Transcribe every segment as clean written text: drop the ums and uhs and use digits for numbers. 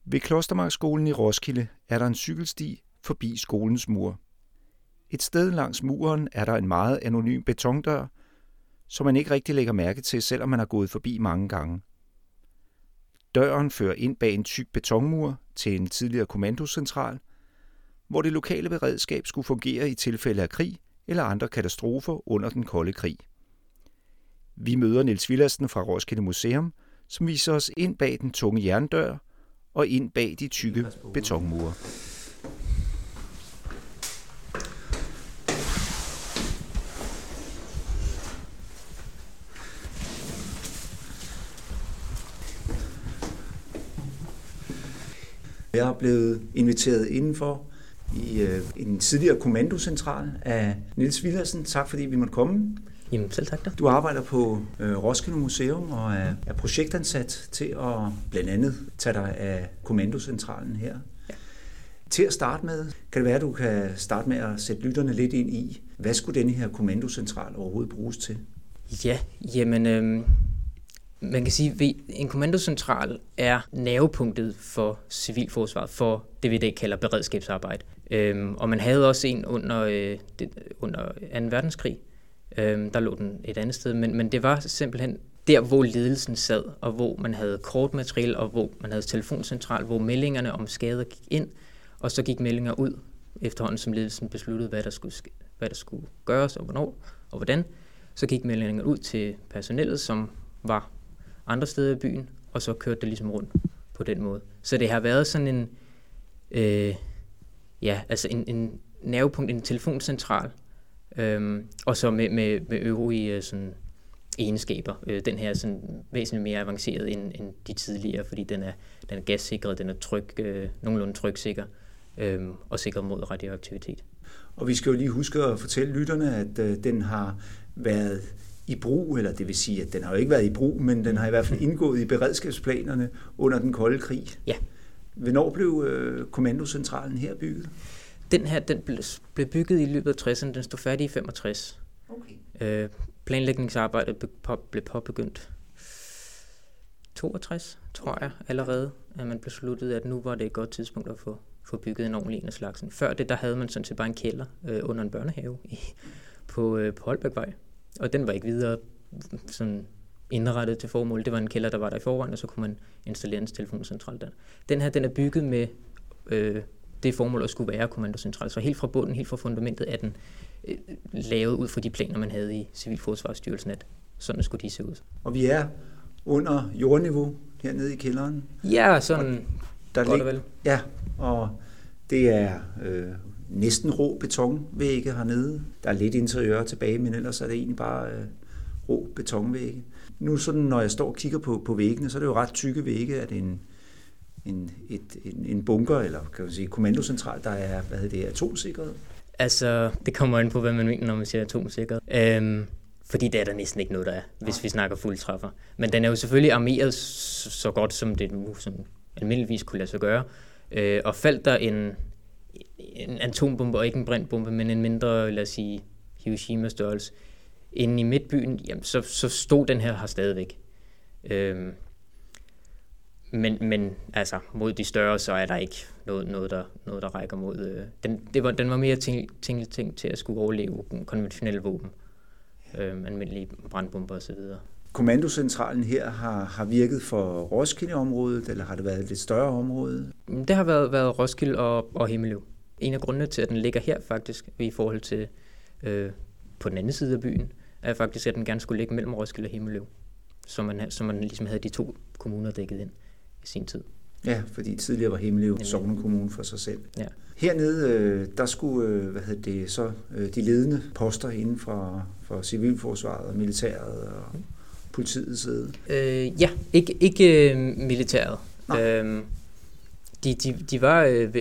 Ved Klostermarkskolen i Roskilde er der en cykelsti forbi skolens mur. Et sted langs muren er der en meget anonym betondør, som man ikke rigtig lægger mærke til, selvom man har gået forbi mange gange. Døren fører ind bag en tyk betonmur til en tidligere kommandocentral, hvor det lokale beredskab skulle fungere i tilfælde af krig eller andre katastrofer under den kolde krig. Vi møder Niels Villadsen fra Roskilde Museum, som viser os ind bag den tunge jerndør og ind bag de tykke betonmure. Jeg er blevet inviteret indenfor i en tidligere kommandocentral af Niels Villadsen. Tak fordi vi måtte komme. Jamen selv tak da. Du arbejder på Roskilde Museum og er projektansat til at blandt andet tage dig af kommandocentralen her. Ja. Til at starte med, kan det være, at du kan starte med at sætte lytterne lidt ind i, hvad skulle denne her kommandocentral overhovedet bruges til? Ja, jamen man kan sige, at en kommandocentral er nervepunktet for civilforsvaret, for det vi i dag kalder beredskabsarbejde. Og man havde også en under 2. verdenskrig. Der lå den et andet sted, men det var simpelthen der, hvor ledelsen sad, og hvor man havde kortmateriale, og hvor man havde telefoncentral, hvor meldingerne om skader gik ind, og så gik meldinger ud, efterhånden som ledelsen besluttede, hvad der skulle gøres, og hvornår, og hvordan. Så gik meldingerne ud til personellet, som var andre steder i byen, og så kørte det ligesom rundt på den måde. Så det har været sådan en nervepunkt, en telefoncentral, og så med øvrige sådan egenskaber. Den her er sådan væsentligt mere avanceret end de tidligere, fordi den er gassikret, den er nogenlunde tryksikker og sikret mod radioaktivitet. Og vi skal jo lige huske at fortælle lytterne, at den har været i brug, eller det vil sige, at den har jo ikke været i brug, men den har i hvert fald indgået i beredskabsplanerne under den kolde krig. Ja. Hvornår blev kommandocentralen her bygget? Den blev bygget i løbet af 60'erne. Den stod færdig i 65. Okay. Planlægningsarbejdet blev påbegyndt 62, tror jeg, allerede, at man besluttede, at nu var det et godt tidspunkt at få bygget en ordentlig en af slagsen. Før det, der havde man sådan set bare en kælder under en børnehave på Holbækvej. Og den var ikke videre sådan indrettet til formål. Det var en kælder, der var der i forvejen, og så kunne man installere en telefoncentral der. Den her, den er bygget med det formål at skulle være kommandocentral. Så helt fra bunden, helt fra fundamentet er den lavet ud fra de planer, man havde i Civilforsvarsstyrelsen, at sådan skulle de se ud. Og vi er under jordniveau hernede i kælderen? Ja, sådan godt og vel. Ja, og det er næsten rå betonvægge hernede. Der er lidt interiør tilbage, men ellers er det egentlig bare rå betonvægge. Nu sådan, når jeg står og kigger på væggene, så er det jo ret tykke vægge, at en bunker, eller kan man sige kommandocentral, der er, atomsikret? Altså, det kommer ind på, hvad man mener, når man siger atomsikret. Fordi det er der næsten ikke noget, der er, hvis vi snakker fuldtræffer. Men den er jo selvfølgelig armeret så godt, som det nu som almindeligvis kunne lade sig gøre. Og faldt der en atombombe, og ikke en brintbombe, men en mindre, lad os sige, Hiroshima-størrelse, inde i midtbyen, jamen, så stod den her stadigvæk. Men altså, mod de større, så er der ikke noget der rækker mod. Den var mere tænkt til at skulle overleve konventionelle våben, almindelige brandbomber osv. Kommandocentralen her har virket for Roskilde-området, eller har det været et lidt større område? Det har været Roskilde og Himmelev. En af grundene til, at den ligger her faktisk, i forhold til på den anden side af byen, er faktisk, at den gerne skulle ligge mellem Roskilde og Himmelev, så man ligesom havde de to kommuner dækket ind i sin tid. Ja, fordi tidligere var Himmelev sognekommune for sig selv. Ja. Hernede, der skulle de ledende poster inden for civilforsvaret og militæret og politiet sidde? Ja, ikke militæret. De var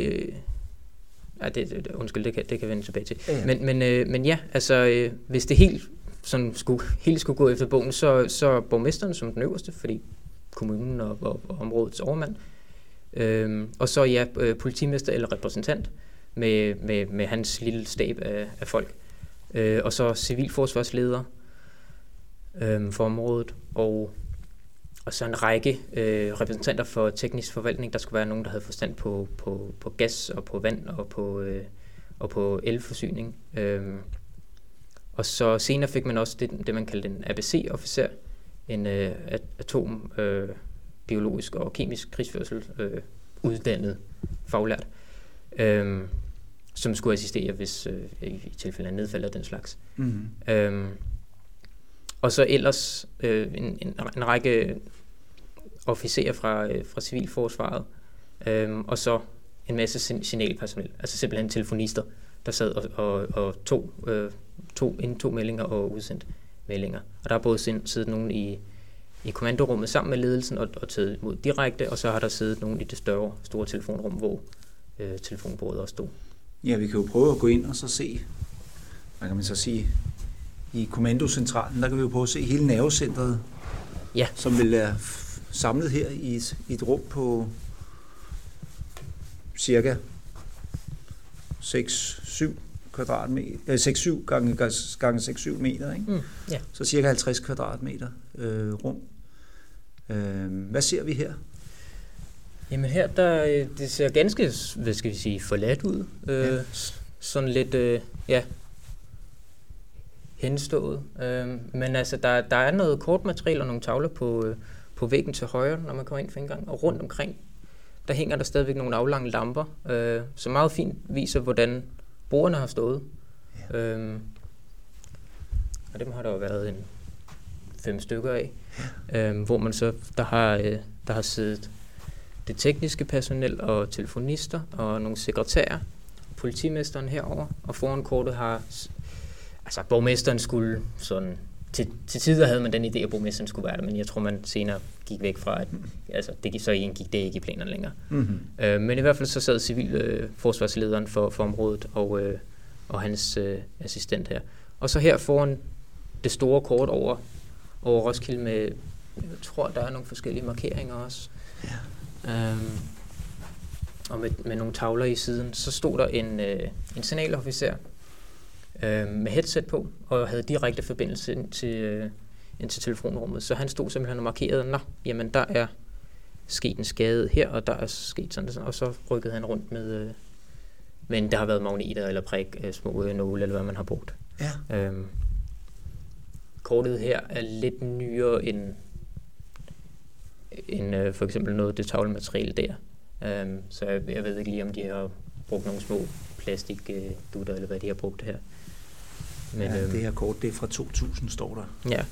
undskyld, det kan vende tilbage til. Ja. Men ja, altså hvis det helt skulle gå efter bogen, så borgmesteren som den øverste, fordi kommunen og områdets overmand, og så politimester eller repræsentant med hans lille stab af folk, og så civilforsvarsleder for området, og så en række repræsentanter for teknisk forvaltning. Der skulle være nogen, der havde forstand på gas og på vand og på elforsyning. Og så senere fik man også det man kaldte en ABC-officer, en atombiologisk og kemisk krigsførsel uddannet faglært, som skulle assistere, hvis i tilfælde af nedfald af den slags. Mm-hmm. Og så ellers en række officerer fra civilforsvaret, og så en masse signalpersonel, altså simpelthen telefonister, der sad og tog meldinger og udsendte meldinger. Og der har både siddet nogen i kommandorummet sammen med ledelsen og taget imod direkte, og så har der siddet nogen i det store telefonrum, hvor telefonbordet også stod. Ja, vi kan jo prøve at gå ind og så se, hvad kan man så sige, i kommandocentralen, der kan vi jo prøve at se hele nervecentret, ja, som vil være samlet her i et rum på cirka 6-7 kvadratmeter, 6-7 gange 6-7 meter, ikke? Ja. Så cirka 50 kvadratmeter rum. Hvad ser vi her? Jamen her, det ser ganske, hvad skal vi sige, forladt ud. Sådan lidt, henstået. Men altså, der er noget kortmateriale og nogle tavler på væggen til højre, når man kommer ind for indgang. Og rundt omkring, der hænger der stadigvæk nogle aflange lamper, som meget fint viser, hvordan bordene har stået. Ja. Og dem har der jo været 5 stykker af. Ja. Hvor man så, der har siddet det tekniske personel og telefonister og nogle sekretærer, politimesteren herover, og foran kortet har, altså borgmesteren skulle sådan, til tider havde man den idé, at borgmesteren skulle være der, men jeg tror, man senere gik væk fra, at altså, så gik det ikke i planerne længere. Mm-hmm. Men i hvert fald så sad civilforsvarslederen for området og hans assistent her. Og så her foran det store kort over Roskilde med, jeg tror, der er nogle forskellige markeringer også. Ja. Og med nogle tavler i siden, så stod der en signalofficer med headset på, og havde direkte forbindelse ind til telefonrummet. Så han stod simpelthen og markerede, jamen der er sket en skade her, og der er sket sådan, og så rykkede han rundt med, men der har været magneter eller prik, små nåle, eller hvad man har brugt. Ja. Kortet her er lidt nyere end for eksempel noget af det tavlemateriale der. Så jeg ved ikke lige, om de har brugt nogle små plastikdutter, eller hvad de har brugt her. Men, det her kort, det er fra 2000, står der. Ja.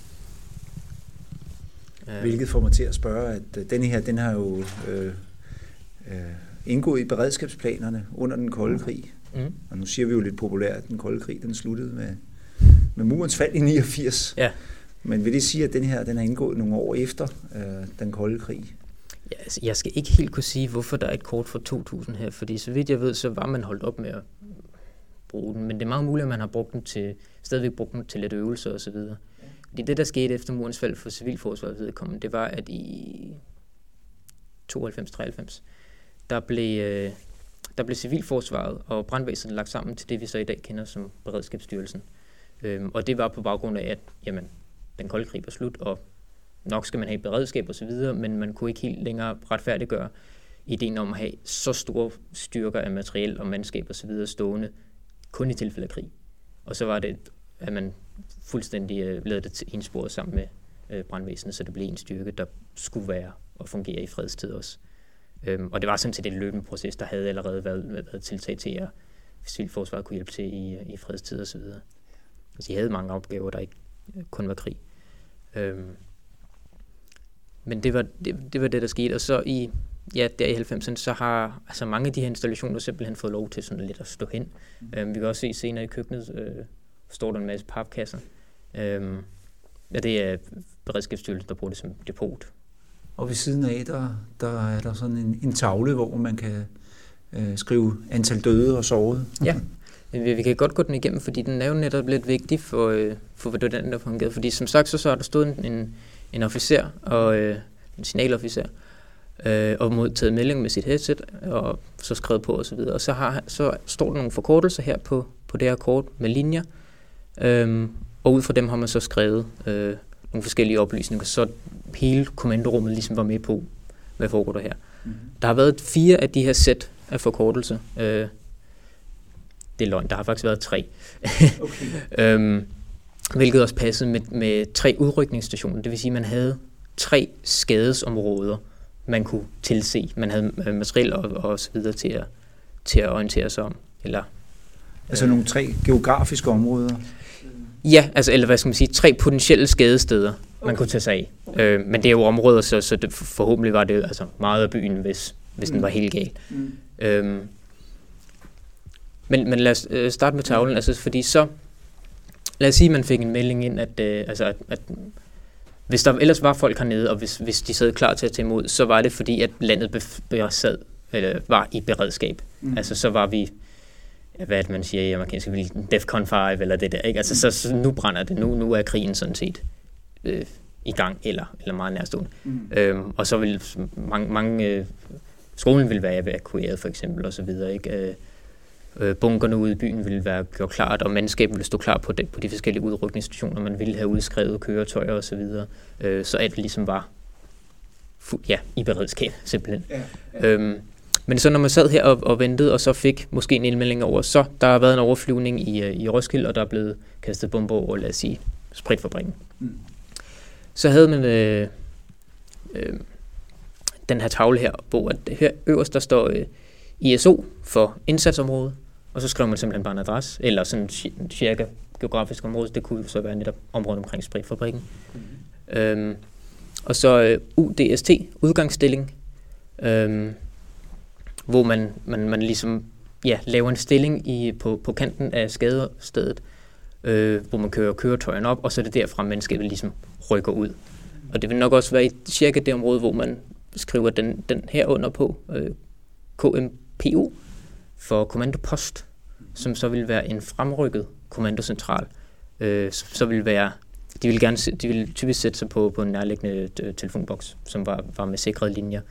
Hvilket får mig til at spørge, at denne her, den har jo indgået i beredskabsplanerne under den kolde krig. Mm. Og nu siger vi jo lidt populært, at den kolde krig, den sluttede med murens fald i 89. Ja. Men vil det sige, at den er indgået nogle år efter den kolde krig? Ja, altså, jeg skal ikke helt kunne sige, hvorfor der er et kort fra 2000 her, fordi så vidt jeg ved, så var man holdt op med at bruge den. Men det er meget muligt, at man har stadigvæk brugt den til lidt øvelser osv. Ja. Fordi det, der skete efter murens fald for civilforsvaret vedkommende, det var, at i 92-93, der blev civilforsvaret og brandvæsenet lagt sammen til det, vi så i dag kender som Beredskabsstyrelsen. Og det var på baggrund af, at jamen, den kolde krig var slut, og nok skal man have beredskab og så videre, men man kunne ikke helt længere retfærdiggøre ideen om at have så store styrker af materiel og mandskab og så videre stående kun i tilfælde af krig. Og så var det, at man fuldstændig lavede det ensporet sammen med brandvæsenet, så det blev en styrke, der skulle være og fungere i fredstid også. Og det var sådan set en løbende proces, der havde allerede været tiltag til, at civilforsvaret kunne hjælpe til i fredstid og så videre. Altså, de havde mange opgaver, der ikke kun var krig. Men det var det, der skete. Og så der i 90'erne, så har altså mange af de her installationer simpelthen fået lov til sådan lidt at stå hen. Vi kan også se senere i køkkenet, står der en masse papkasser. Det er Beredskabsstyrelsen, der bruger det som depot. Og ved siden af, der er der sådan en tavle, hvor man kan skrive antal døde og sårede. Ja. Vi kan godt gå den igennem, fordi den er jo netop lidt vigtig for hvordan der fungerede. Fordi som sagt, så har der stået en officer og en signalofficer og modtaget melding med sit headset og så skrevet på og så videre. Og så står der nogle forkortelser her på det her kort med linjer, og ud fra dem har man så skrevet nogle forskellige oplysninger, så hele kommandorummet ligesom var med på, hvad foregår der her. Der har været 4 af de her sæt af forkortelser. Det er løgn, der har faktisk været 3. Okay. Hvilket også passede med 3 udrykningsstationer. Det vil sige, at man havde 3 skadesområder, man kunne tilse. Man havde materiel og så videre til at orientere sig om. Altså nogle 3 geografiske områder? Ja, altså, eller hvad skal man sige, 3 potentielle skadesteder, man kunne tage sig af. Okay. Men det er jo områder, så det, forhåbentlig var det altså meget af byen, hvis den var helt gal. Men lad os starte med tavlen, altså, fordi så, lad os sige, at man fik en melding ind, at hvis der ellers var folk hernede, og hvis de sad klar til at tage imod, så var det fordi, at landet var i beredskab. Altså så var vi, hvad er det, man siger i amerikansk, DEFCON 5 eller det der, ikke? Altså så nu brænder det, nu er krigen sådan set i gang, eller meget nærstående. Og så vil mange skolen vil være evakueret for eksempel, og så videre, ikke? Bunkerne ude i byen ville være gjort klart, og mandskabet ville stå klar på de forskellige udrykningsstationer, man ville have udskrevet køretøjer og så videre, så alt ligesom var i beredskab, simpelthen. Ja. Men så når man sad her og ventede, og så fik måske en indmelding over, så der har været en overflyvning i Roskilde, og der er blevet kastet bomber over, lad os sige, spritfabrikken. Så havde man den her tavle her, hvor at her øverst der står ISO for indsatsområde, og så skriver man simpelthen bare en adresse, eller sådan cirka geografisk område, det kunne så være netop området omkring spritfabrikken. Og så UDST, udgangsstilling, hvor man ligesom laver en stilling på kanten af skadestedet, hvor man kører køretøjen op, og så er det derfra, mandskabet ligesom rykker ud. Og det vil nok også være i cirka det område, hvor man skriver den her under på, KMPO, for kommandopost, som så vil være en fremrykket kommandocentral. Så vil være, de vil typisk sætte sig på en nærliggende telefonboks, som var med sikrede linjer.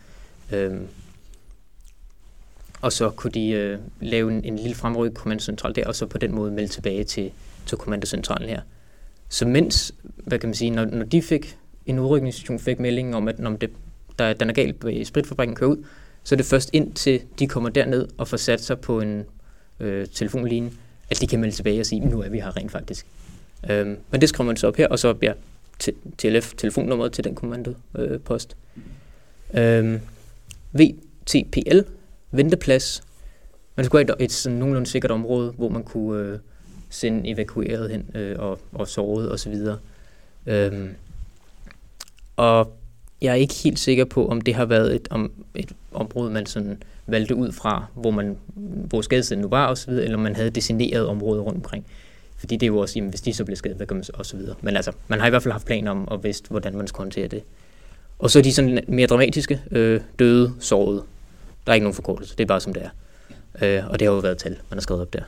Og så kunne de lave en lille fremrykket kommandocentral der, og så på den måde melde tilbage til kommandocentralen her. Så mens, hvad kan man sige, når de fik en udrykningsstation, fik meldingen om, at den er galt ved spritfabrikken kører ud, så er det først indtil de kommer derned og får sat sig på en telefonlinje, at de kan melde tilbage og sige, nu er vi her rent faktisk. Men det skriver man så op her, og så bliver telefonnummeret til den kommandopost. VTPL, venteplads. Man skulle have et sådan nogenlunde sikkert område, hvor man kunne sende evakueret hen og såret osv. Og jeg er ikke helt sikker på, om det har været et område, man sådan valgte ud fra, hvor skadestedet nu var og så videre, eller man havde designeret områder rundt omkring. Fordi det er jo også, jamen, hvis de så bliver skadet, hvad gør man og så videre. Men altså, man har i hvert fald haft planer om og vidst, hvordan man skal håndtere det. Og så er de sådan mere dramatiske, døde, sårede. Der er ikke nogen forkortelse, det er bare som det er. Og det har jo været tal, man har skrevet op der.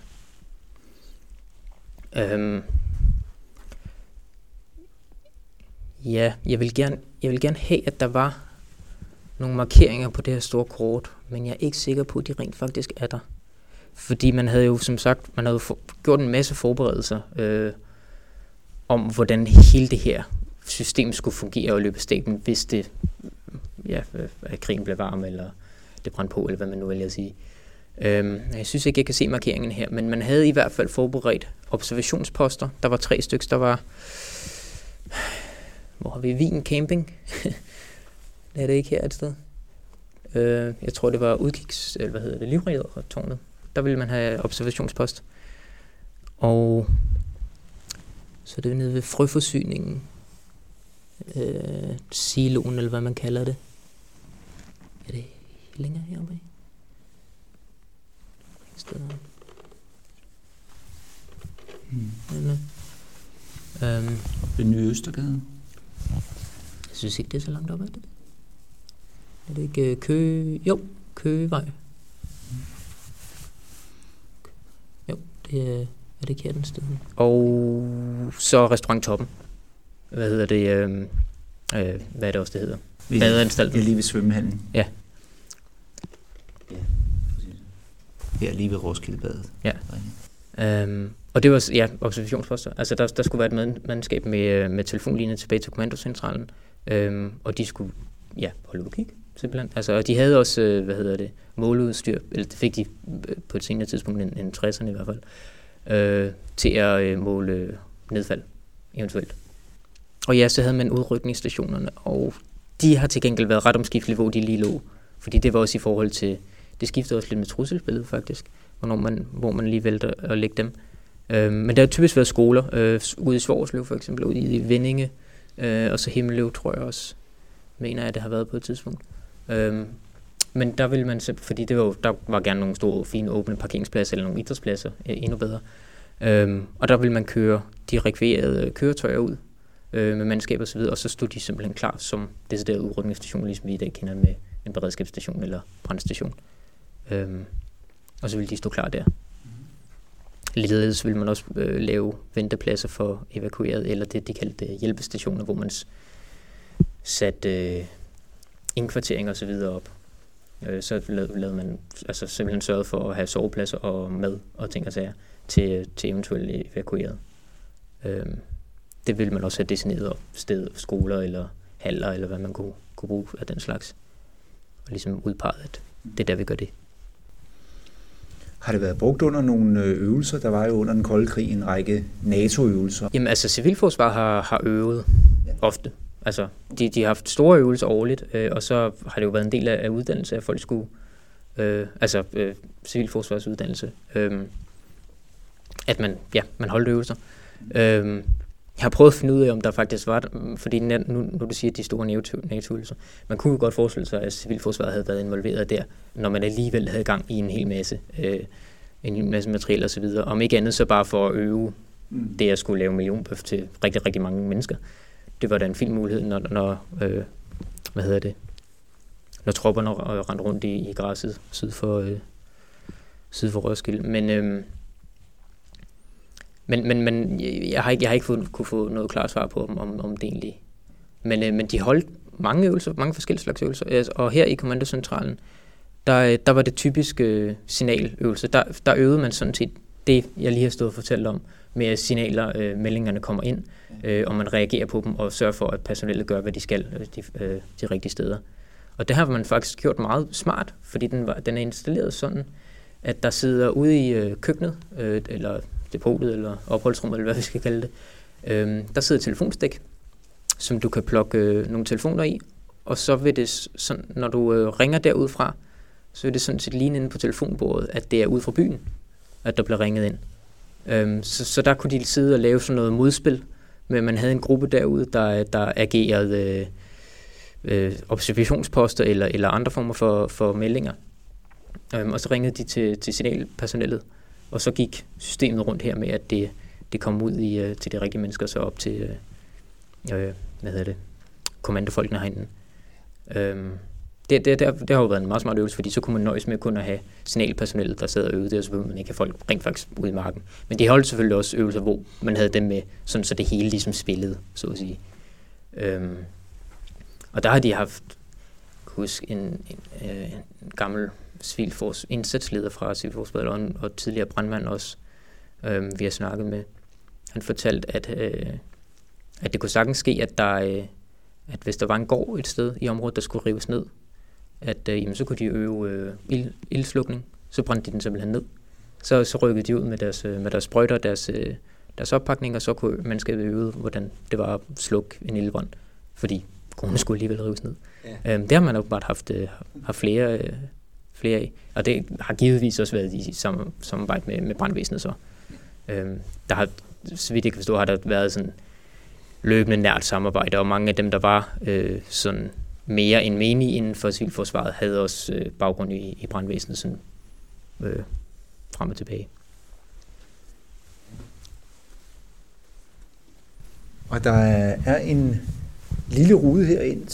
Ja, jeg vil gerne have, at der var nogle markeringer på det her store kort, men jeg er ikke sikker på, at de rent faktisk er der. Fordi man havde jo, som sagt, gjort en masse forberedelser om, hvordan hele det her system skulle fungere og løbe staben, hvis det, at krigen blev varm, eller det brændte på, eller hvad man nu vælger at sige. Jeg synes ikke, jeg kan se markeringen her, men man havde i hvert fald forberedt observationsposter. Der var 3 stykker, der var... Hvor har vi Wien Camping? Er det ikke her et sted? Jeg tror, det var livreddertårnet. Der ville man have observationspost. Og så er det nede ved frøforsyningen. Siloen, eller hvad man kalder det. Er det længere heroppe? Ved Nye Østergade? Jeg synes ikke, det er så langt op, er det? Er det ikke Køgevej? Jo, det er det ikke her den sted. Og så Restaurant Toppen. Hvad hedder det? Hvad er det også, det hedder? Badeanstalten. Ja, lige ved svømmehallen. Ja. Ja, lige ved Roskildebadet. Ja. Og det var observationsposter. Altså der skulle være et mandskab med telefonlinjen tilbage til kommandocentralen, og de skulle holde udkig simpelthen. Altså, og de havde også, måleudstyr, eller det fik de på et senere tidspunkt, en 60'erne i hvert fald, til at måle nedfald eventuelt. Og ja, så havde man udrykningsstationerne, og de har til gengæld været ret omskiftelige, hvor de lige lå. Fordi det var også i forhold til, det skiftede også lidt med trusselsbilledet faktisk, hvor man lige valgte at lægge dem. Men der har typisk været skoler, ude i Svorslev for eksempel, ude i Vindinge, og så Himmelev, tror jeg også, mener jeg, det har været på et tidspunkt. Men der ville man, fordi der var gerne nogle store, fine, åbne parkeringspladser, eller nogle idrætspladser, endnu bedre. Og der ville man køre de rekvirerede køretøjer ud, med mandskab og så videre, og så stod de simpelthen klar som decideret udrykningsstation, ligesom vi i dag kender med en beredskabsstation eller brandstation. Og så ville de stå klar der. Ligeledes ville man også lave ventepladser for evakueret, eller det de kaldte hjælpestationer, hvor man satte indkvartering og så videre op. Så lavede man altså simpelthen sørget for at have sovepladser og mad og ting og sager til eventuelt evakueret. Det ville man også have designeret op, steder, skoler eller haller, eller hvad man kunne bruge af den slags. Og ligesom udpeget, at det er der, vi gør det. Har det været brugt under nogle øvelser? Der var jo under den kolde krig en række NATO-øvelser. Jamen altså, civilforsvar har øvet ofte. Altså, de har haft store øvelser årligt, og så har det jo været en del af uddannelse, at folk skulle, civilforsvarsuddannelse, at man holdt øvelser. Jeg har prøvet at finde ud af, om der faktisk var, fordi nu du siger, at de store NATO-øvelser, man kunne jo godt forestille sig, at civilforsvaret havde været involveret der, når man alligevel havde gang i en hel masse materiale og så videre. Om ikke andet, så bare for at øve det at skulle lave millionbøf til rigtig, rigtig mange mennesker. Det var da en fin mulighed, når tropperne rendte rundt i græsset syd for Roskilde. Men jeg har ikke kunne få noget klart svar på, om det egentlig. Men de holdt mange øvelser, mange forskellige slags øvelser. Og her i kommandocentralen, der var det typiske signaløvelse. Der øvede man sådan set det, jeg lige har stået og fortalt om, med at signaler, meldingerne kommer ind, og man reagerer på dem og sørger for, at personellet gør, hvad de skal de rigtige steder. Og det har man faktisk gjort meget smart, fordi den er installeret sådan, at der sidder ude i køkkenet, eller depotet, eller opholdsrummet, eller hvad vi skal kalde det, der sidder et telefonstik, som du kan plukke nogle telefoner i, og så vil det sådan, når du ringer derudfra, så vil det sådan set ligne inde på telefonbordet, at det er ude fra byen, at der bliver ringet ind. Så der kunne de sidde og lave sådan noget modspil, men man havde en gruppe derude, der agerede observationsposter eller andre former for meldinger. Og så ringede de til signalpersonellet, og så gik systemet rundt her med, at det kom ud til de rigtige mennesker, så op til kommandofolkene herinde. Det har jo været en meget smart øvelse, fordi så kunne man nøjes med kun at have signalpersonellet, der sad og øvede det, og så ville man ikke have folk rent faktisk ude i marken. Men de holdt selvfølgelig også øvelser, hvor man havde dem med, sådan så det hele ligesom spillede, så at sige. Og der har de haft, husk, en gammel indsadsleder fra civilforsvaret, og tidligere brandmand også, vi har snakket med. Han fortalte, at det kunne sagtens ske, at hvis der var en gård et sted i området, der skulle rives ned, så kunne de øve ildslukning. Så brændte de den simpelthen ned. Så rykkede de ud med deres sprøjter, deres oppakning, og så kunne mandskabet øve, hvordan det var at slukke en ildbrand, fordi grunden skulle alligevel rives ned. Ja. Det har man jo bare haft flere af, og det har givetvis også været i samarbejde med brandvæsenet så. Der har, så vidt jeg kan forstå, har der været sådan løbende nært samarbejde, og mange af dem, der var sådan mere end menige inden for civilforsvaret, havde også baggrund i brandvæsenet sådan, frem og tilbage. Og der er en lille rude herind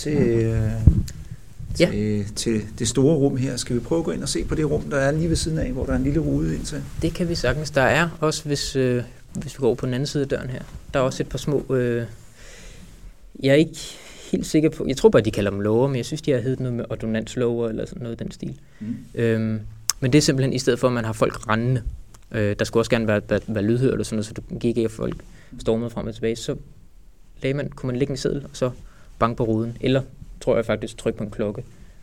til det store rum her. Skal vi prøve at gå ind og se på det rum, der er lige ved siden af, hvor der er en lille rude ind til? Det kan vi sagtens. Der er også, hvis vi går over på den anden side af døren her, der er også et par små... jeg er ikke helt sikker på... Jeg tror bare, de kalder dem låger, men jeg synes, de har heddet noget med ordonanslåger eller sådan noget i den stil. Men det er simpelthen, i stedet for, at man har folk rendende Der skulle også gerne være lydhør eller sådan noget, så du gik ikke, at folk stormede frem og tilbage. Så kunne man lægge en seddel, og så banke på ruden. Eller, tror jeg faktisk, trykke på en klokke.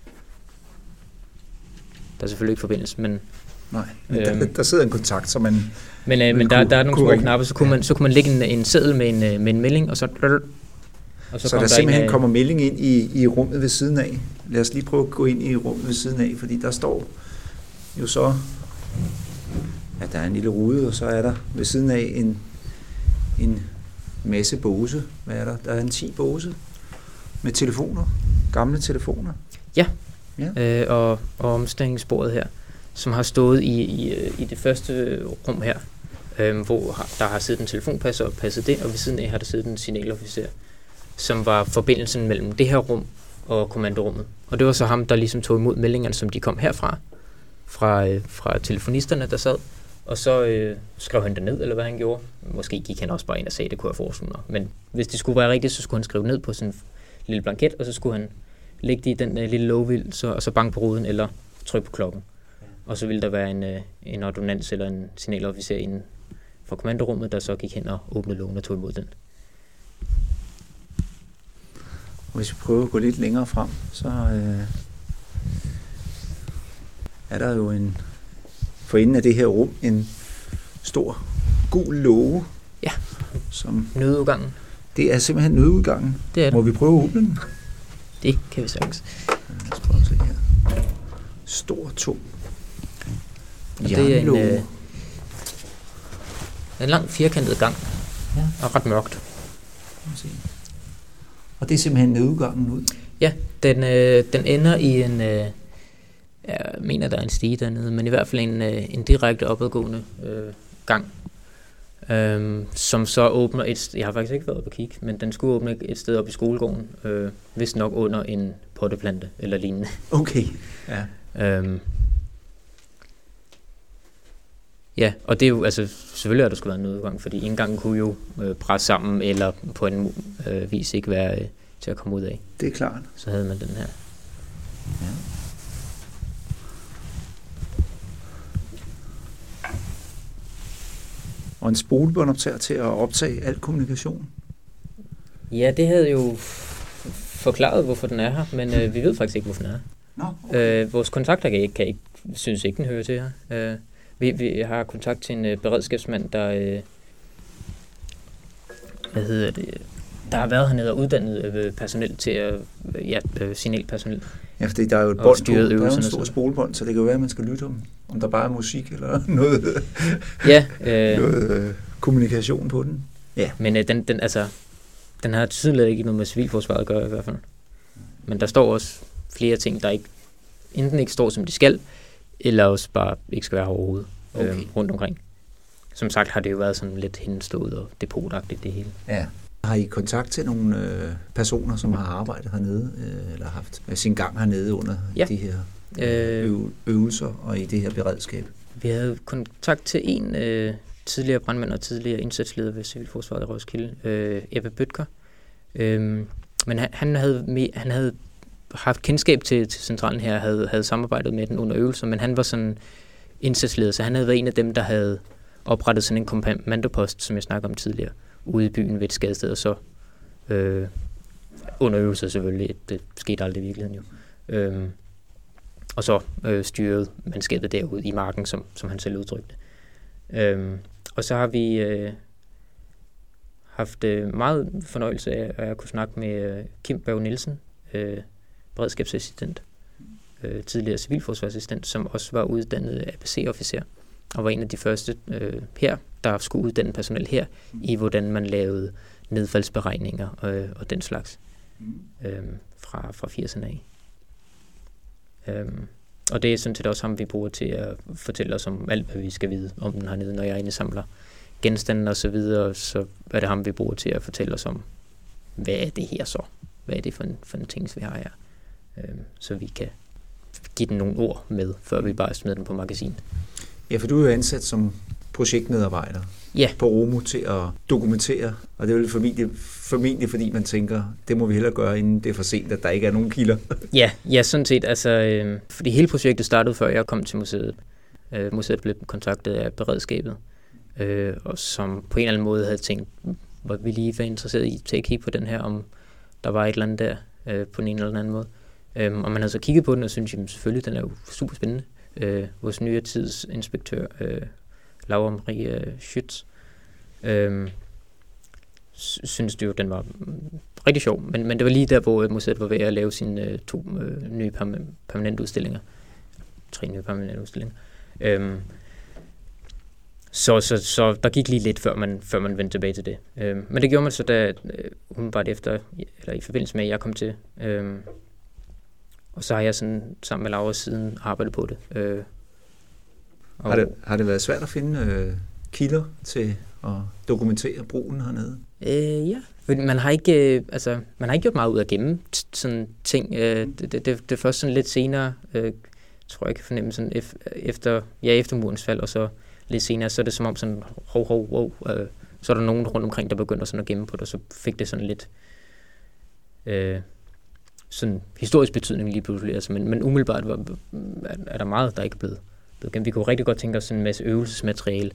Der er selvfølgelig ikke forbindelse, men... Nej, der sidder en kontakt, så man... Men der er nogle små knapper, så kunne man lægge en seddel med en melding, og så der simpelthen kommer melding ind i rummet ved siden af. Lad os lige prøve at gå ind i rummet ved siden af, fordi der står jo så, at der er en lille rude, og så er der ved siden af en masse båse. Hvad er der? Der er en 10 båse med telefoner, gamle telefoner. Ja. Og omstillingsbordet her, som har stået i det første rum her, hvor der har siddet en telefonpasser og passet det, og ved siden af har der siddet en signalofficer, som var forbindelsen mellem det her rum og kommandorummet. Og det var så ham, der ligesom tog imod meldingerne, som de kom herfra, fra telefonisterne, der sad, og så skrev han det ned, eller hvad han gjorde. Måske gik han også bare ind og sagde, det kunne jeg forestille mig. Men hvis det skulle være rigtigt, så skulle han skrive ned på sådan en lille blanket, og så skulle han lægge det i den lille lågvild, og så banke på ruden, eller trykke på klokken. Og så ville der være en ordonnans eller en signalofficer inden for kommandorummet, der så gik hen og åbnede lågen og tog imod den. Hvis vi prøver at gå lidt længere frem, så er der jo for enden af det her rum en stor gul låge. Ja, som nødudgangen. Det er simpelthen nødudgangen. Det er det. Må vi prøve at åbne den? Det kan vi sagtens. Lad os prøve at se her. Stor, tung. Det er en lang firkantet gang. Ja. Og ret mørkt. Og det er simpelthen nødudgangen ud? Ja, den ender i en... jeg mener, der er en stige dernede, men i hvert fald en direkte opadgående gang, som så åbner jeg har faktisk ikke været oppe at kigge, men den skulle åbne et sted op i skolegården, vist nok under en potteplante eller lignende. Okay, ja. Ja, og det er jo, altså selvfølgelig har der skulle være en nødudgang, fordi indgangen kunne jo presse sammen, eller på en vis ikke være til at komme ud af. Det er klart. Så havde man den her. Ja. Og en spolebåndoptager til at optage al kommunikation. Ja, det havde jo forklaret, hvorfor den er her, men vi ved faktisk ikke, hvorfor den er her. Okay. Vores kontakter synes ikke, den hører til her. Vi har kontakt til en beredskabsmand, der der har været hernede og uddannet personel til signalpersonel. Ja, fordi der er jo et bånd på, der er jo en stor spolebånd, så det kan jo være, at man skal lytte om der bare er musik eller noget, noget kommunikation på den. Ja. Men den har tydeligt ikke noget med civilforsvaret at gøre i hvert fald. Men der står også flere ting, der enten ikke står, som de skal, eller også bare ikke skal være overhovedet rundt omkring. Som sagt har det jo været sådan lidt henstået og depotagtigt det hele. Ja. Har I kontakt til nogle personer, som har arbejdet hernede, eller haft sin gang hernede under de her øvelser og i det her beredskab? Vi havde kontakt til en tidligere brandmand og tidligere indsatsleder ved Civilforsvaret i Roskilde, Ebbe Bøtker. Men han havde haft kendskab til centralen her, havde samarbejdet med den under øvelser, men han var sådan indsatsleder, så han havde været en af dem, der havde oprettet sådan en kommandopost, som jeg snakkede om tidligere, ude i byen ved et skadested, og så under øvelser selvfølgelig, det skete aldrig i virkeligheden jo. Og så styrede mandskabet derude i marken, som han selv udtrykte. Og så har vi haft meget fornøjelse af at kunne snakke med Kim Berg Nielsen, beredskabsassistent, tidligere civilforsvarsassistent, som også var uddannet APC-officer, og var en af de første her, der skulle uddanne personel her, i hvordan man lavede nedfaldsberegninger og den slags fra 80'erne af. Og det er sådan set også ham, vi bruger til at fortælle os om alt, hvad vi skal vide om den hernede, når jeg indsamler genstande og så videre, så er det ham, vi bruger til at fortælle os om, hvad er det her så? Hvad er det for en ting, vi har her? Så vi kan give den nogle ord med, før vi bare smider den på magasin. Ja, for du er jo ansat som projektmedarbejder på ROMO til at dokumentere, og det er jo formentlig fordi man tænker, det må vi hellere gøre, inden det er for sent, at der ikke er nogen kilder. Ja, sådan set. Altså, fordi hele projektet startede, før jeg kom til museet. museet blev kontaktet af beredskabet, og som på en eller anden måde havde tænkt, hvor vi lige var interesseret i til at kigge på den her, om der var et eller andet der på en eller anden måde. Og man havde så kigget på den og syntes, jamen selvfølgelig, den er jo super spændende. Vores nye tidsinspektør, Laura Marie Schütz, synes det jo, den var rigtig sjov. Men det var lige der, hvor museet var ved at lave sine 2 nye permanente udstillinger. 3 nye permanente udstillinger. Så der gik lige lidt, før man vendte tilbage til det. Men det gjorde man så, da umiddelbart efter, eller i forbindelse med, at jeg kom til. Og så har jeg sådan, sammen med Laura siden arbejdet på det. Har det været svært at finde kilder til at dokumentere brugen hernede? Ja, man har ikke gjort meget ud af at gemme sådan ting. Det er først sådan lidt senere, tror jeg kan fornemme, sådan efter murens fald, og så lidt senere, så er det som om sådan, så er der nogen rundt omkring, der begynder sådan at gemme på det, og så fik det sådan lidt sådan historisk betydning lige pludselig. Altså, men umiddelbart er der meget, der ikke er blevet gemt. Vi kunne rigtig godt tænke os sådan en masse øvelsesmateriale,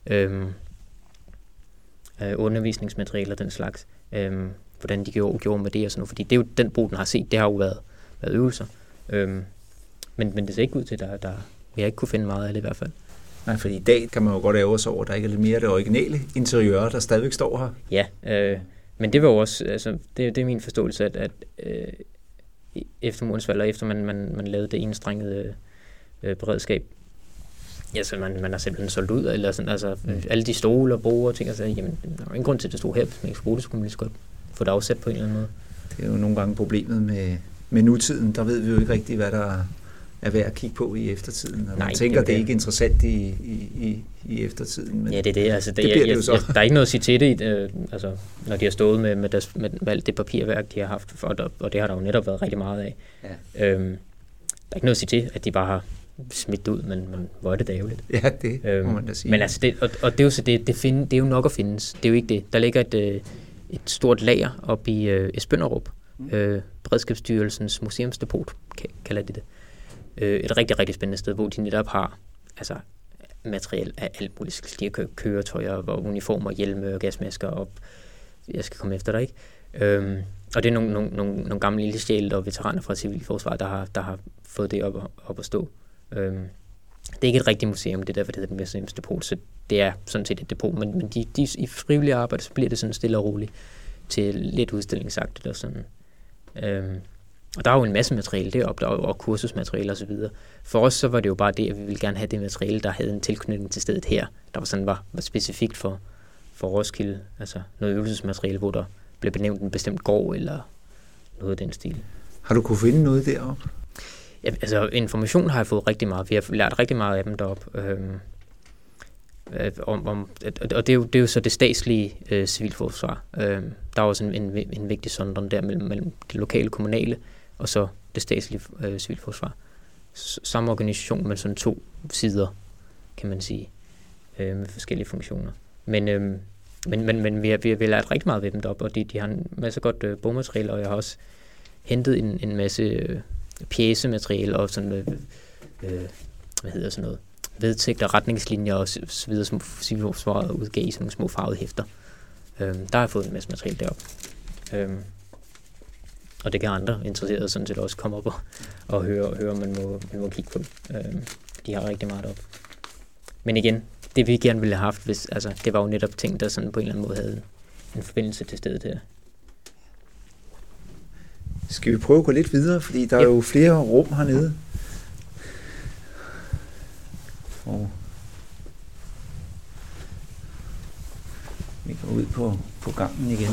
undervisningsmateriale og den slags. Hvordan de gjorde med det og sådan noget. Fordi det er jo den brug, den har set. Det har jo været øvelser. Men det ser ikke ud til, at vi har ikke kunne finde meget af det i hvert fald. Nej, fordi i dag kan man jo godt ærge sig over, at der ikke er lidt mere af det originale interiør, der stadigvæk står her. Ja, men det var jo også, altså, det er min forståelse, at efter murens fald, og efter man lavede det enstrengede beredskab, ja, så man har simpelthen solgt ud, eller sådan, altså alle de stole og borde og ting, og så, jamen, der var ingen grund til, at det stod her, hvis man ikke skulle bruge det, så kunne man lige så godt få det afsat på en eller anden måde. Det er jo nogle gange problemet med nutiden, der ved vi jo ikke rigtigt, hvad der er værd at kigge på i eftertiden. Og man tænker, det er ikke interessant i eftertiden. Men ja, det er det. Altså, det bliver det jo så. Der er ikke noget at sige til det, altså, når de har stået med alt det papirværk, de har haft, og det har der jo netop været rigtig meget af. Ja. Der er ikke noget at sige til, at de bare har smidt ud, men hvor er det da ærgerligt. Ja, det må man da sige. Men altså, og det er jo så det er jo nok at findes. Det er jo ikke det. Der ligger et stort lager oppe i Esbønderup. Beredskabsstyrelsens museumsdepot, kalder de det. Et rigtig, rigtig spændende sted, hvor de netop har materiel af alt muligt. De har køretøjer, og uniformer, hjelme og gasmasker op. Jeg skal komme efter dig, ikke? Og det er nogle gamle ildsjæle og veteraner fra Civilforsvaret, der har fået det op at stå. Det er ikke et rigtigt museum, det er derfor, det hedder et museumsdepot, så det er sådan set et depot, men de i frivillige arbejde, så bliver det sådan stille og roligt til lidt udstillingsagtigt og sådan. Og der er jo en masse materiale deroppe, og kursusmateriale osv. For os så var det jo bare det, at vi ville gerne have det materiale, der havde en tilknytning til stedet her, der var specifikt for Roskilde, altså noget øvelsesmateriale, hvor der blev benævnt en bestemt gård eller noget af den stil. Har du kunne finde noget deroppe? Ja, altså information har jeg fået rigtig meget. Vi har lært rigtig meget af dem deroppe. Og det er jo så det statslige civilforsvar. Der er også en vigtig sondring der mellem det lokale kommunale og så det statslige civilforsvar. Samme organisation med sådan 2 sider, kan man sige, med forskellige funktioner. Men vi har lært rigtig meget ved dem deroppe, og de har en masse godt bogmateriale, og jeg har også hentet en masse pjecemateriale og sådan hvad hedder sådan noget, vedtægter, retningslinjer og så videre, som Civilforsvaret udgav i sådan nogle små farvede hæfter. Der har jeg fået en masse materiale deroppe. Og det kan andre interesserede sådan set også komme op og høre, man må kigge på. De har rigtig meget deroppe. Men igen, det vi gerne ville have haft, det var jo netop ting, der sådan på en eller anden måde havde en forbindelse til stedet her. Skal vi prøve at gå lidt videre, fordi der er jo flere rum hernede. Og vi går ud på gangen igen.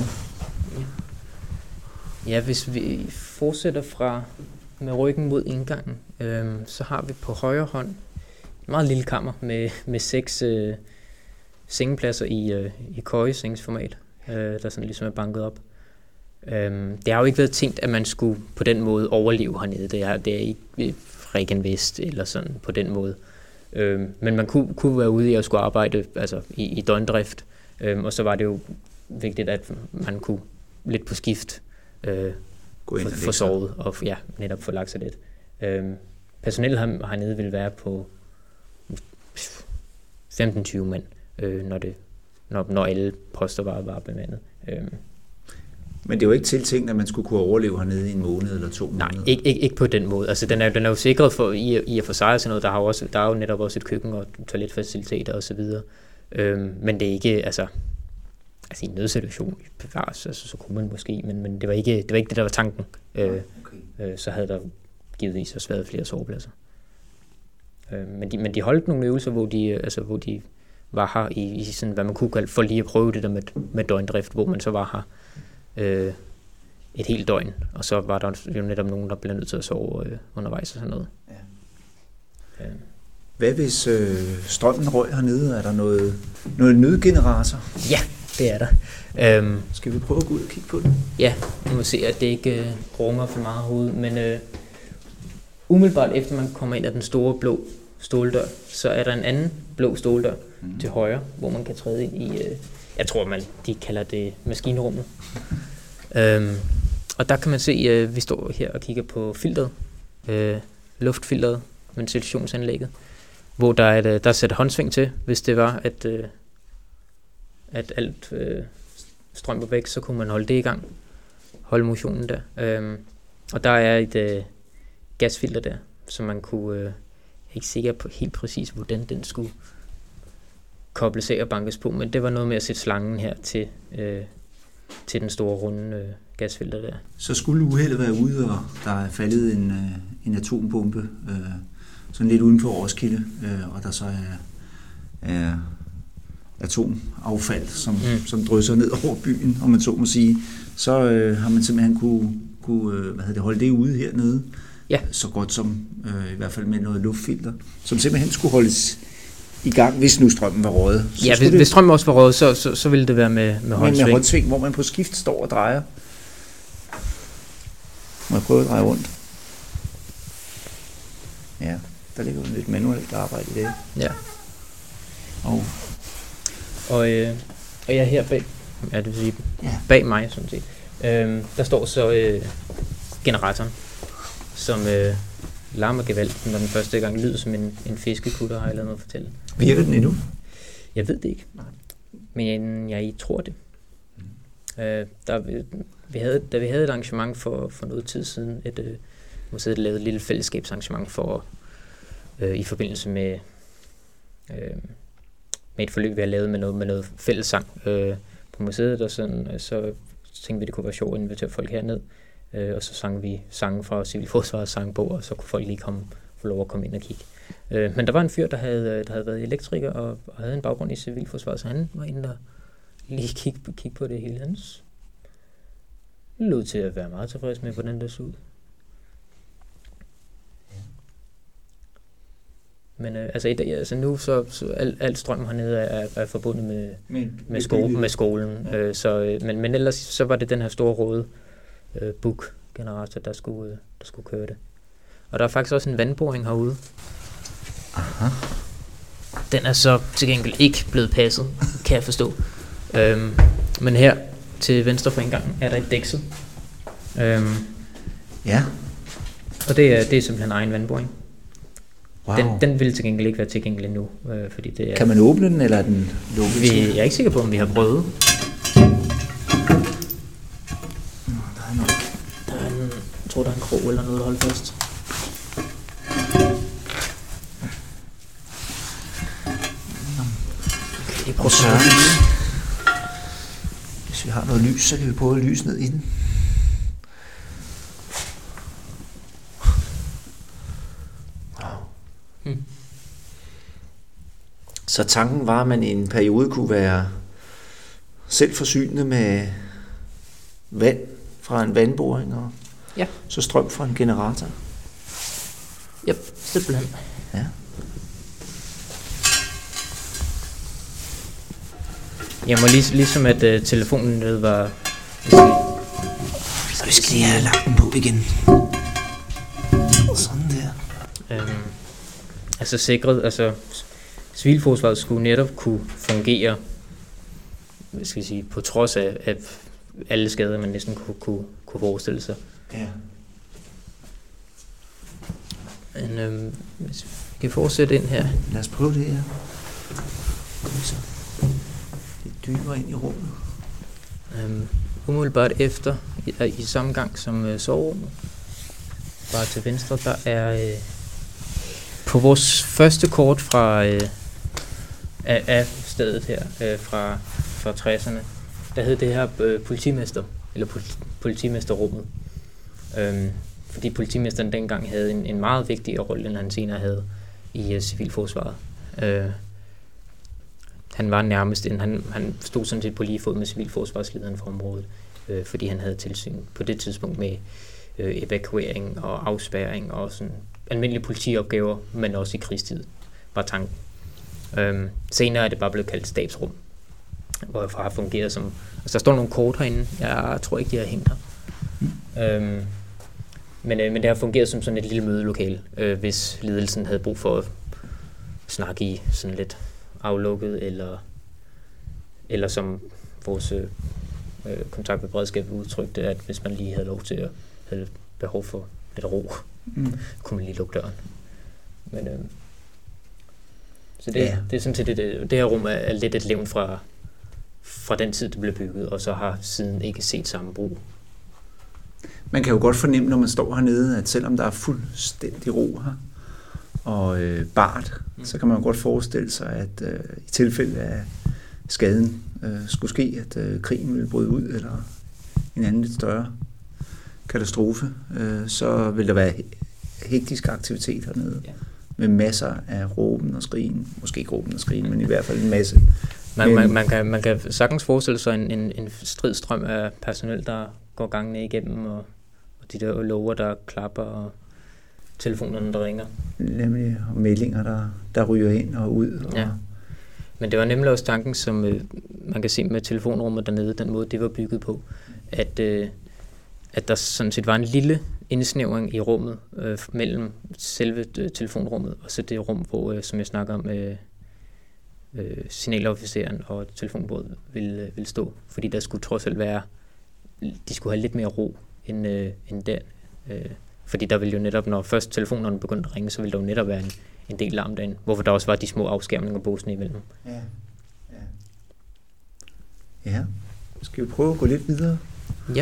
Ja, hvis vi fortsætter med ryggen mod indgangen, så har vi på højre hånd et meget lille kammer med 6 sengepladser i køjesengsformat, der sådan ligesom er banket op. Det har jo ikke været tænkt, at man skulle på den måde overleve hernede. Det er ikke Regen Vest eller sådan på den måde. Men man kunne være ude i at skulle arbejde altså i døgndrift, og så var det jo vigtigt, at man kunne lidt på skift få sovet og netop få lagt sig lidt. Personellet hernede vil være på 15-20 mand, når alle poster var bemandet. Men det var ikke tiltænkt, at man skulle kunne overleve hernede i en måned eller 2 måneder? Nej, ikke på den måde. Altså, den er jo sikret for i at få sig sådan noget. Der er jo netop også et køkken og toiletfaciliteter og så videre. Men det er ikke, altså i en nødsituation bevares, altså, så kunne man måske, men det var ikke det, der var tanken. Så havde der givetvis også været flere sovepladser. Men de holdt nogle øvelser, hvor de var her i sådan, hvad man kunne kalde, for lige at prøve det der med døgndrift, hvor man så var her et helt døgn, og så var der jo netop nogen, der blev nødt til at sove undervejs og sådan noget. Ja. Hvad hvis strømmen røg hernede? Er der noget nødgenerator? Ja, det er der. Skal vi prøve at gå ud og kigge på det? Ja, nu må se, at det ikke runger for meget hovedet, men umiddelbart efter man kommer ind af den store blå ståldør, så er der en anden blå ståldør til højre, hvor man kan træde ind i, jeg tror de kalder det maskinrummet. Og der kan man se, vi står her og kigger på filteret, luftfilteret, ventilationsanlægget, hvor der er sat håndsving til, hvis det var, at alt strøm var væk, så kunne man holde det i gang, holde motionen der. Og der er et gasfilter der, som man kunne, ikke sikker på helt præcis, hvordan den skulle kobles af og bankes på, men det var noget med at sætte slangen her til den store runde gasfilter der. Så skulle uheldet være ude, og der er faldet en atombombe, sådan lidt uden for Roskilde, og der så er atomaffald, som drysser ned over byen, om man så må sige, så har man simpelthen kunne holde det ude hernede, ja. Så godt som i hvert fald med noget luftfilter, som simpelthen skulle holdes i gang, hvis nu strømmen var røget. Ja, hvis strømmen også var røget, så ville det være med håndsving. Med håndsving, hvor man på skift står og drejer. Må jeg prøve at dreje rundt? Ja, der ligger jo lidt manuelt arbejde i det. Ja. Og jeg er her bag, det vil sige bag mig, sådan set. Der står så generatoren, som larmer gevaldigt, når den første gang lyder som en fiskekutter, har jeg lavet noget at fortælle. Virker den endnu? Jeg ved det ikke, men jeg tror det. Da vi havde et arrangement for noget tid siden, museet lavede et lille fællesskabsarrangement i forbindelse med et forløb, vi har lavet med noget fællessang på museet, og sådan, så tænkte vi, det kunne være sjovt at invitere folk herned, og så sang vi sange fra Civilforsvarets sangbog, og så kunne folk lige få lov at komme ind og kigge. Men der var en fyr, der havde været elektriker og havde en baggrund i Civilforsvaret, så han var inde og lige kigge på det hele. Hans lød til at være meget tilfreds med, hvordan det så ud. Men altså nu så alt strøm hernede er forbundet med skolen. Men ellers så var det den her store røde buk-generator, der skulle køre det. Og der er faktisk også en vandboring herude. Aha. Den er så til gengæld ikke blevet passet, kan jeg forstå. Men her til venstre for indgangen er der et dæksel. Ja. Og det er simpelthen egen vandboring. Wow. Den vil til gengæld ikke være tilgængelig nu, fordi det er... Kan man åbne den, eller er den lukket? Jeg er ikke sikker på, om vi har prøvet. Jeg tror, der er en krog eller noget at holde fast. Hvis vi har noget lys, så kan vi prøve at lyse ned i den. Så tanken var, at man i en periode kunne være selvforsynende med vand fra en vandboring og så strøm fra en generator. Ja, simpelthen. Ja. Jeg må ligesom at telefonen var... Så vi skal lige have lagt den på igen. Sådan der. Altså sikret, Civilforsvaret skulle netop kunne fungere, hvad skal jeg sige, på trods af alle skader, man næsten kunne forestille sig. Ja. Men hvis vi kan fortsætte ind her. Lad os prøve det her. Går vi så lidt dybere ind i rummet? Umiddelbart efter, i samme gang som soverummet, bare til venstre, der er på vores første kort fra af stedet her, fra 60'erne, der hed det her politimester, eller politimesterrummet. Fordi politimesteren dengang havde en meget vigtigere rolle, end han senere havde i civilforsvaret. Han var nærmest, han stod sådan set på lige fod med civilforsvarslederen for området, fordi han havde tilsyn på det tidspunkt med evakuering og afspærring og sådan almindelige politiopgaver, men også i krigstid, var tanken. Senere er det bare blevet kaldt stabsrum, hvor jeg har fungeret som... Altså, der står nogle kort herinde, jeg tror ikke, de har hængt her. Men det har fungeret som sådan et lille mødelokale, hvis ledelsen havde brug for at snakke i sådan lidt aflukket, eller som vores kontakt med beredskabet udtrykte, at hvis man lige havde lov til at have behov for lidt ro, kunne man lige lukke døren. Men, så det er sådan set det her rum er lidt et levn fra den tid, det blev bygget, og så har siden ikke set samme brug. Man kan jo godt fornemme, når man står hernede, at selvom der er fuldstændig ro her, og bart, så kan man jo godt forestille sig, at i tilfælde af skaden skulle ske, at krigen ville bryde ud, eller en anden lidt større katastrofe, så vil der være hektisk aktivitet hernede, med masser af råben og skrigen. Måske ikke råben og skrigen, men i hvert fald en masse. Man kan sagtens forestille sig en stridstrøm af personel, der går gangene igennem, og de der lover, der klapper, og telefonerne, der ringer. Nemlig, og meldinger, der ryger ind og ud. Og ja. Men det var nemlig også tanken, som man kan se med telefonrummet dernede, den måde, det var bygget på, at der sådan set var en lille indsnævring i rummet mellem selve telefonrummet og så det rum, hvor, som jeg snakker om, signalofficeren og telefonbordet ville stå. Fordi der skulle trods alt være, de skulle have lidt mere ro end der. Fordi der ville jo netop, når først telefonerne begyndte at ringe, så ville der jo netop være en del larm derinde, hvorfor der også var de små afskærmninger båsene imellem. Ja. Skal vi prøve at gå lidt videre? Ja.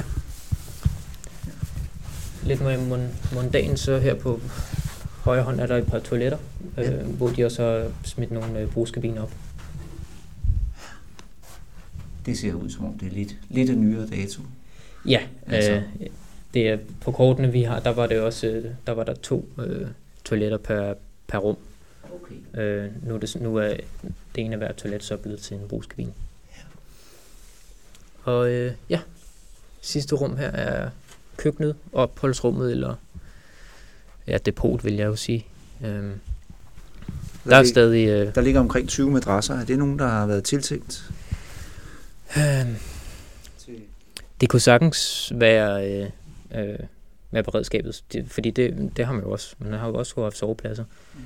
Lidt mere mundan, så her på højre hånd er der et par toiletter, hvor de også har smidt nogle brugskabiner op. Det ser ud som om det er lidt af nyere dato. Ja, altså. Det er på kortene vi har, der var der 2 toiletter per rum. Okay. Nu er det ene af hver toilet så blevet til en brugskabine. Ja. Og sidste rum her er køkkenet, opholdsrummet, eller depot, vil jeg jo sige. Der er stadig... Der ligger omkring 20 madrasser. Er det nogen, der har været tiltænkt? Det kunne sagtens være med beredskabet, fordi det har man jo også. Man har jo også haft sovepladser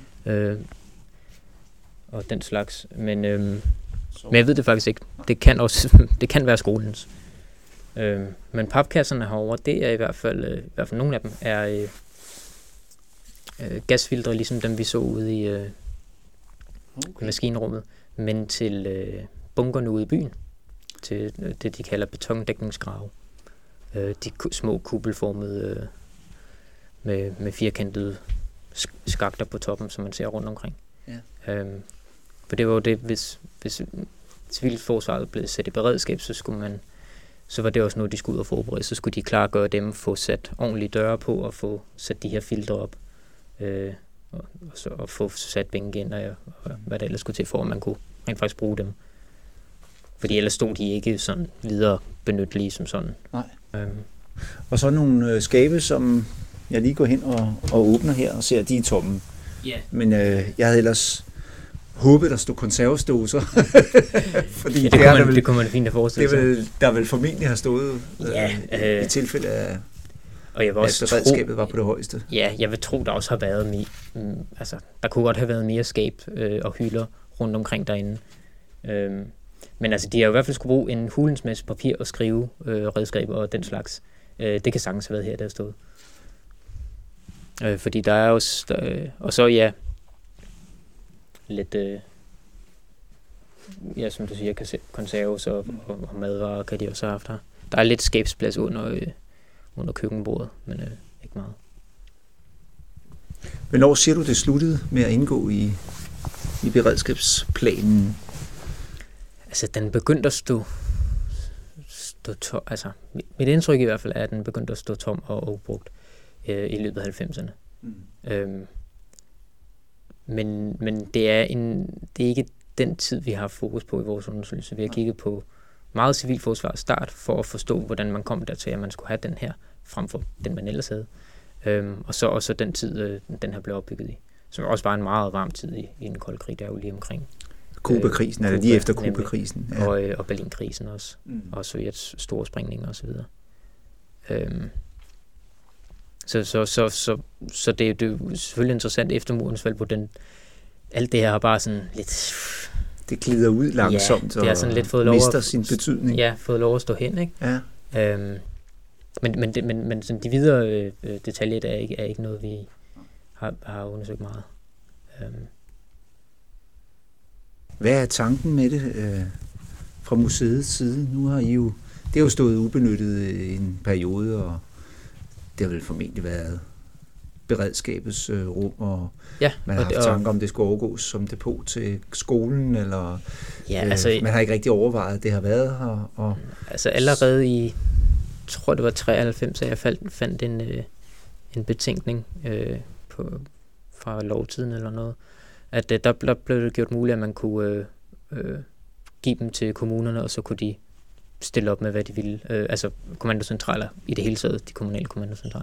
og den slags. Men jeg ved det faktisk ikke. Det kan være skolens. Men papkasserne herovre, det er i hvert fald nogle af dem er gasfiltre, ligesom dem vi så ude i maskinrummet, men til bunkerne ude i byen, til det de kalder betondækningsgrave. De små kuppelformede med firkantede skakter på toppen, som man ser rundt omkring. Ja. For det var jo det, hvis civilforsvaret blev sat i beredskab, så var det også noget, de skulle ud og forberede. Så skulle de klargøre dem, få sat ordentlige døre på og få sat de her filtre op. Og få sat bænkegænder og hvad der ellers skulle til, for at man kunne rent faktisk bruge dem. Fordi ellers stod de ikke sådan videre benyttelige som sådan. Nej. Og så nogle skabe, som jeg lige går hen og åbner her og ser, de er tomme. Yeah. Men jeg havde ellers håbet, der stod konservesdåser. Fordi det kunne man fint have forestillet sig. Der vil formentlig have stået i tilfælde af, og jeg vil også at beredskabet var på det højeste. Ja, jeg vil tro, der også har været der kunne godt have været mere skab og hylder rundt omkring derinde. Men altså, de har i hvert fald skulle bruge en hulens masse papir og skrive redskaber og den slags. Det kan sagtens have været her, der er stået. Fordi der er også... og så lidt ja, som du siger, konserves og madvarer kan de også have haft her. Der er lidt skabsplads under køkkenbordet, men ikke meget. Hvornår siger du, det sluttede med at indgå i beredskabsplanen? Altså, den begyndte at stå tom. Altså, mit indtryk i hvert fald er, at den begyndte at stå tom og ubrugt i løbet af 90'erne. Men det er ikke den tid, vi har fokus på i vores undersøgelse. Vi har kigget på meget civilforsvar start for at forstå, hvordan man kom dertil, at man skulle have den her, frem for den, man ellers havde. Og så den tid, den her blev opbygget i. Som også var en meget varm tid i den kolde krig, der er jo lige omkring. Kubakrisen, eller lige efter Kubakrisen. Ja. Og Berlinkrisen også. Og Sovjets store sprængninger osv. Så det er jo selvfølgelig interessant efter murens fald, hvor alt det her har bare sådan lidt... Det glider ud langsomt, det har sådan lidt fået lov mister sin betydning. Ja, fået lov at stå hen, ikke? Ja. Men sådan de videre detaljer, der er ikke noget, vi har undersøgt meget. Hvad er tanken med det fra museets side? Nu har I jo... Det har jo stået ubenyttet en periode, og det har vel formentlig været beredskabets rum, og man har haft tanker om, det skulle overgås som depot til skolen, eller man har ikke rigtig overvejet, at det har været her. Og altså allerede i, tror det var 93, at jeg fandt en betænkning fra lovtiden eller noget, at der blev det gjort muligt, at man kunne give dem til kommunerne, og så kunne de stille op med, hvad de ville. Altså kommandocentraler i det hele taget, de kommunale kommandocentraler.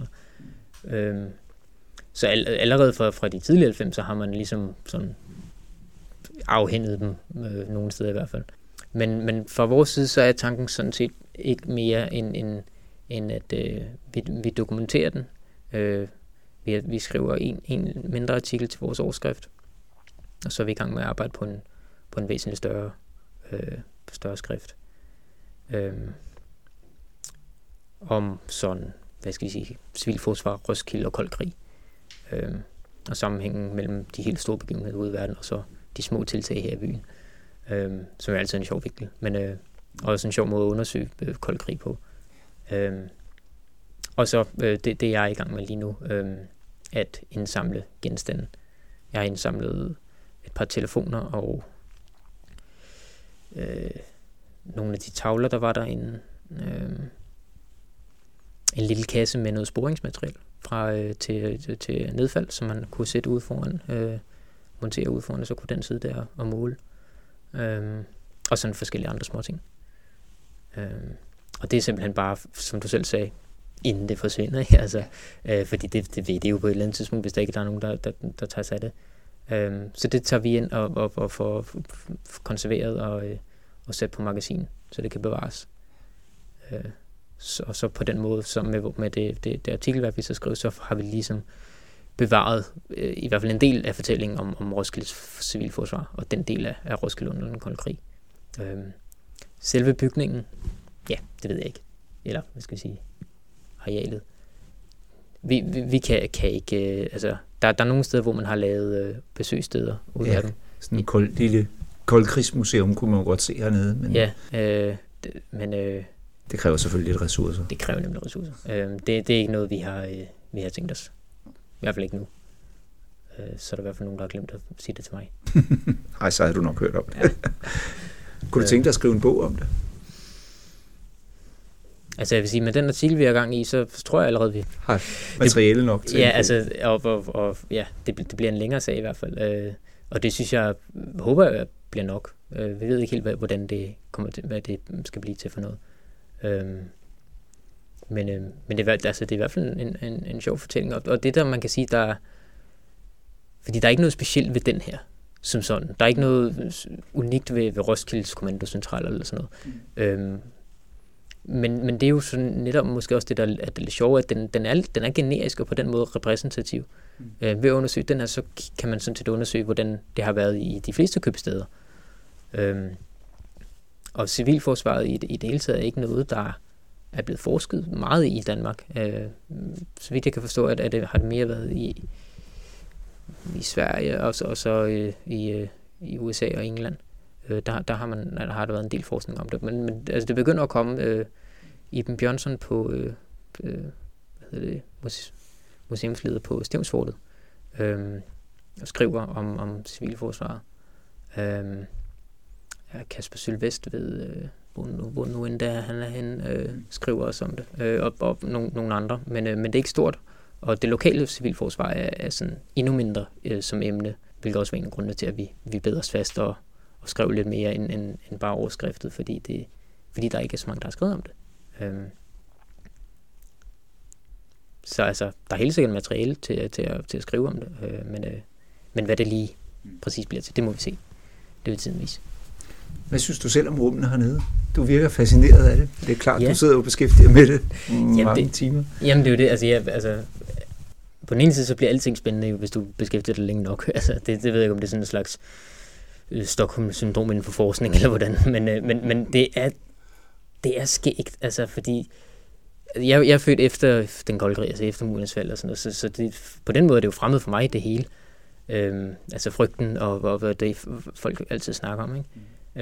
Så allerede fra de tidlige 90'er har man ligesom sådan afhændet dem, nogle steder i hvert fald. Men fra vores side, så er tanken sådan set ikke mere end at vi dokumenterer den. Vi skriver en mindre artikel til vores overskrift, og så er vi i gang med at arbejde på en væsentligt større skrift. Om sådan, hvad skal vi sige, civilforsvar, Roskilde og kold krig. Og sammenhængen mellem de helt store begivenheder ude i verden, og så de små tiltag her i byen. Som er altid en sjov vinkel, men også en sjov måde at undersøge kold krig på. Og så det jeg er i gang med lige nu, at indsamle genstande. Jeg har indsamlet et par telefoner og nogle af de tavler, der var derinde. En lille kasse med noget sporingsmateriale til nedfald, som man kunne sætte ude foran, montere ude foran, og så kunne den sidde der og måle. Og sådan forskellige andre små ting. Og det er simpelthen bare, som du selv sagde, inden det forsvinder. Altså, fordi det ved det jo på et eller andet tidspunkt, hvis der ikke er nogen, der tager sig af det. Så det tager vi ind og får konserveret og sat på magasin, så det kan bevares. Og så på den måde, som med det artikelværk, vi så skrev, så har vi ligesom bevaret i hvert fald en del af fortællingen om Roskildes civilforsvar, og den del af Roskilde under den kolde krig. Selve bygningen, ja, det ved jeg ikke. Eller, hvad skal vi sige, arealet. Vi kan ikke, altså, der er nogle steder, hvor man har lavet besøgssteder ud af dem. Sådan en lille koldkrigsmuseum kunne man jo godt se hernede. Men men det kræver selvfølgelig lidt ressourcer. Det kræver nemlig ressourcer. Det er ikke noget, vi har tænkt os. I hvert fald ikke nu. Så er der i hvert fald nogen, der har glemt at sige det til mig. Ej, så havde du nok hørt om det. Ja. Kunne du tænke dig at skrive en bog om det? Altså jeg vil sige, med den artikel, vi er i gang i, så tror jeg allerede, vi har materiale nok til. Ja, altså, og ja, det bliver en længere sag i hvert fald. Og det synes jeg, håber jeg bliver nok. Vi ved ikke helt, hvordan det kommer til, hvad det skal blive til for noget. Men det er i hvert fald en sjov fortælling. Og det der, man kan sige, fordi der er ikke noget specielt ved den her, som sådan. Der er ikke noget unikt ved Roskildes kommandocentral eller sådan noget. Men det er jo sådan netop måske også det, der er lidt sjovt, at den er generisk og på den måde repræsentativ. Ved at undersøge den her, så kan man sådan set undersøge, hvordan det har været i de fleste købsteder. Og civilforsvaret i det hele taget er ikke noget, der er blevet forsket meget i Danmark. Så vidt jeg kan forstå, at det har det mere været i Sverige og så i USA og England. Der har der været en del forskning om det. Men altså, det begynder at komme. Iben Bjørnsson på museumsleder på Stevnsfortet og skriver om civilforsvaret. Kasper Sylvest ved hvor nu end der han er henne, skriver også om det, og nogle andre, men det er ikke stort, og det lokale civilforsvar er sådan endnu mindre som emne, hvilket også var en af grundene til, at vi bed os fast og skrev lidt mere end bare overskriftet, fordi der ikke er så mange, der har skrevet om det. Så altså, der er helt sikkert materiale til at skrive om det, men hvad det lige præcis bliver til, det må vi se. Det vil tiden vise. Hvad synes du selv om rummene hernede? Du virker fascineret af det. Det er klart, du sidder jo beskæftiget med det mange timer. Jamen det er jo det. Altså, på den ene side så bliver alting spændende, hvis du beskæftiger dig længe nok. Altså, det ved jeg ikke, om det er sådan en slags Stockholm-syndrom inden for forskning, eller hvordan. Men det er skægt, altså, fordi jeg er født efter den kolde krig, altså efter murens fald og sådan noget, så det, på den måde er det jo fremmed for mig, det hele. Altså frygten og hvad det folk altid snakker om, ikke?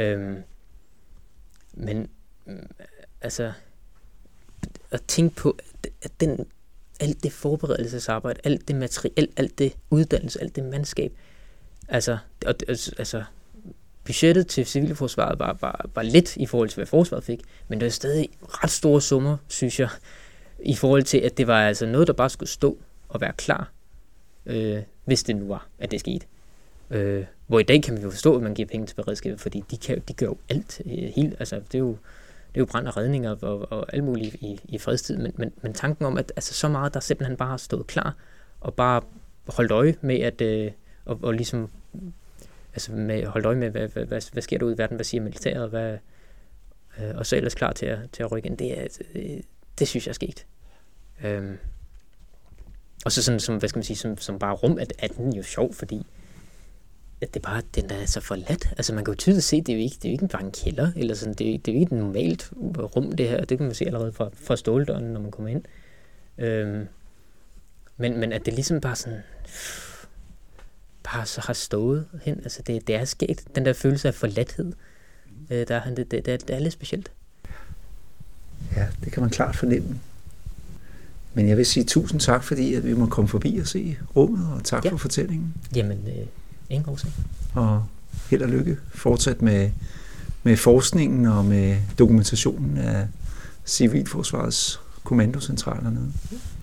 Men altså at tænke på at alt det forberedelsesarbejde, alt det materiel, alt det uddannelse, alt det mandskab, altså budgettet til civilforsvaret var lidt i forhold til hvad forsvaret fik, men det er stadig ret store summer, synes jeg, i forhold til at det var altså noget der bare skulle stå og være klar, hvis det nu var at det skete. Hvor i dag kan vi jo forstå, at man giver penge til beredskabet, fordi de gør jo alt. Altså, det er jo brand og redninger og alt muligt i fredstid, men tanken om, at altså, så meget, der simpelthen bare har stået klar, og bare holdt øje med, at og ligesom, altså med holdt øje med, hvad sker der ude i verden, hvad siger militæret, og så ellers klar til at rykke ind, det synes jeg er sket. Og så sådan, som, hvad skal man sige, som bare rum, at den er jo sjov, fordi at det bare, den er så forladt. Altså man kan jo tydeligt se, det er jo ikke bare en kælder, eller sådan, det er jo ikke et normalt rum, det her. Det kan man se allerede fra ståldøren, når man kommer ind. Men at det ligesom bare sådan, bare så har stået hen, altså det er sket, den der følelse af forladthed, det er lidt specielt. Ja, det kan man klart fornemme. Men jeg vil sige tusind tak, fordi at vi må komme forbi og se rummet, og tak for fortællingen. Jamen, ingen årsag. Og held og lykke fortsat med forskningen og med dokumentationen af civilforsvarets kommandocentraler nede.